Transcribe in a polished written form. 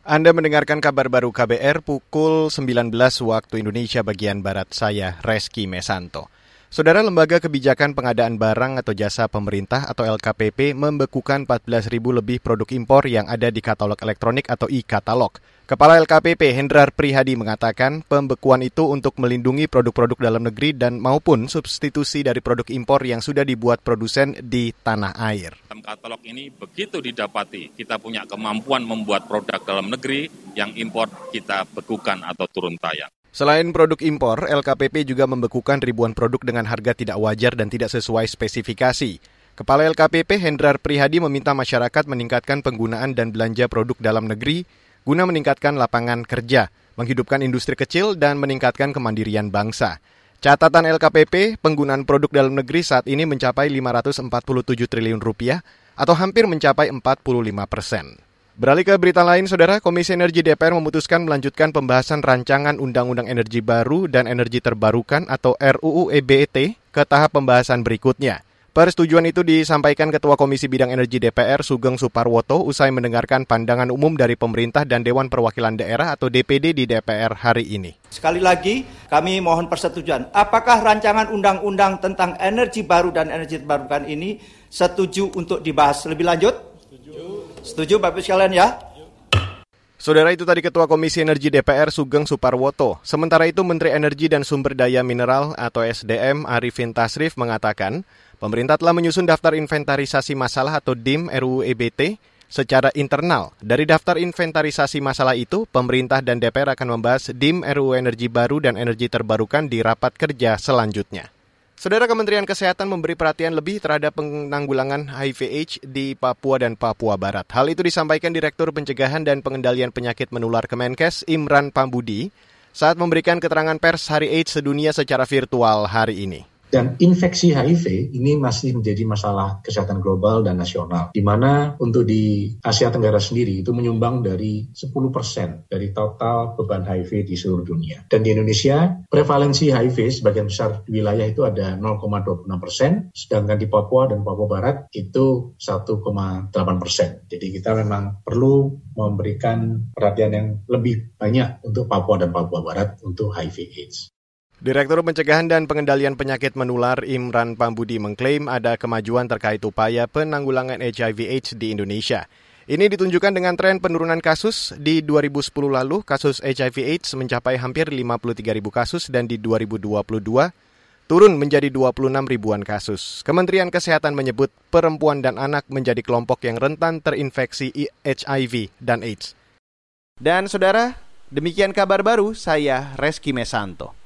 Anda mendengarkan kabar baru KBR pukul 19 waktu Indonesia bagian Barat, saya Reski Mesanto. Saudara, Lembaga Kebijakan Pengadaan Barang atau Jasa Pemerintah atau LKPP membekukan 14.000 lebih produk impor yang ada di katalog elektronik atau e-katalog. Kepala LKPP Hendrar Prihadi mengatakan pembekuan itu untuk melindungi produk-produk dalam negeri dan maupun substitusi dari produk impor yang sudah dibuat produsen di tanah air. Katalog ini begitu didapati, kita punya kemampuan membuat produk dalam negeri, yang impor kita bekukan atau turun tayang. Selain produk impor, LKPP juga membekukan ribuan produk dengan harga tidak wajar dan tidak sesuai spesifikasi. Kepala LKPP Hendrar Prihadi meminta masyarakat meningkatkan penggunaan dan belanja produk dalam negeri guna meningkatkan lapangan kerja, menghidupkan industri kecil, dan meningkatkan kemandirian bangsa. Catatan LKPP, penggunaan produk dalam negeri saat ini mencapai 547 triliun rupiah atau hampir mencapai 45%. Beralih ke berita lain, Saudara, Komisi Energi DPR memutuskan melanjutkan pembahasan rancangan Undang-Undang Energi Baru dan Energi Terbarukan atau RUU EBT ke tahap pembahasan berikutnya. Persetujuan itu disampaikan Ketua Komisi Bidang Energi DPR Sugeng Suparwoto usai mendengarkan pandangan umum dari pemerintah dan Dewan Perwakilan Daerah atau DPD di DPR hari ini. Sekali lagi, kami mohon persetujuan. Apakah rancangan undang-undang tentang energi baru dan energi terbarukan ini setuju untuk dibahas lebih lanjut? Setuju Bapak sekalian ya? Saudara, itu tadi Ketua Komisi Energi DPR Sugeng Suparwoto. Sementara itu Menteri Energi dan Sumber Daya Mineral atau SDM Arifin Tasrif mengatakan pemerintah telah menyusun daftar inventarisasi masalah atau DIM RUU EBT secara internal. Dari daftar inventarisasi masalah itu, pemerintah dan DPR akan membahas DIM RUU Energi Baru dan Energi Terbarukan di rapat kerja selanjutnya. Saudara, Kementerian Kesehatan memberi perhatian lebih terhadap penanggulangan HIV/AIDS di Papua dan Papua Barat. Hal itu disampaikan Direktur Pencegahan dan Pengendalian Penyakit Menular Kemenkes, Imran Pambudi, saat memberikan keterangan pers Hari AIDS Sedunia secara virtual hari ini. Dan infeksi HIV ini masih menjadi masalah kesehatan global dan nasional, di mana untuk di Asia Tenggara sendiri itu menyumbang dari 10% dari total beban HIV di seluruh dunia. Dan di Indonesia, prevalensi HIV sebagian besar di wilayah itu ada 0,26%, sedangkan di Papua dan Papua Barat itu 1,8%. Jadi kita memang perlu memberikan perhatian yang lebih banyak untuk Papua dan Papua Barat untuk HIV/AIDS. Direktur Pencegahan dan Pengendalian Penyakit Menular Imran Pambudi mengklaim ada kemajuan terkait upaya penanggulangan HIV/AIDS di Indonesia. Ini ditunjukkan dengan tren penurunan kasus. Di 2010 lalu, kasus HIV/AIDS mencapai hampir 53.000 kasus dan di 2022 turun menjadi 26 ribuan kasus. Kementerian Kesehatan menyebut perempuan dan anak menjadi kelompok yang rentan terinfeksi HIV dan AIDS. Dan saudara, demikian kabar baru, saya Reski Mesanto.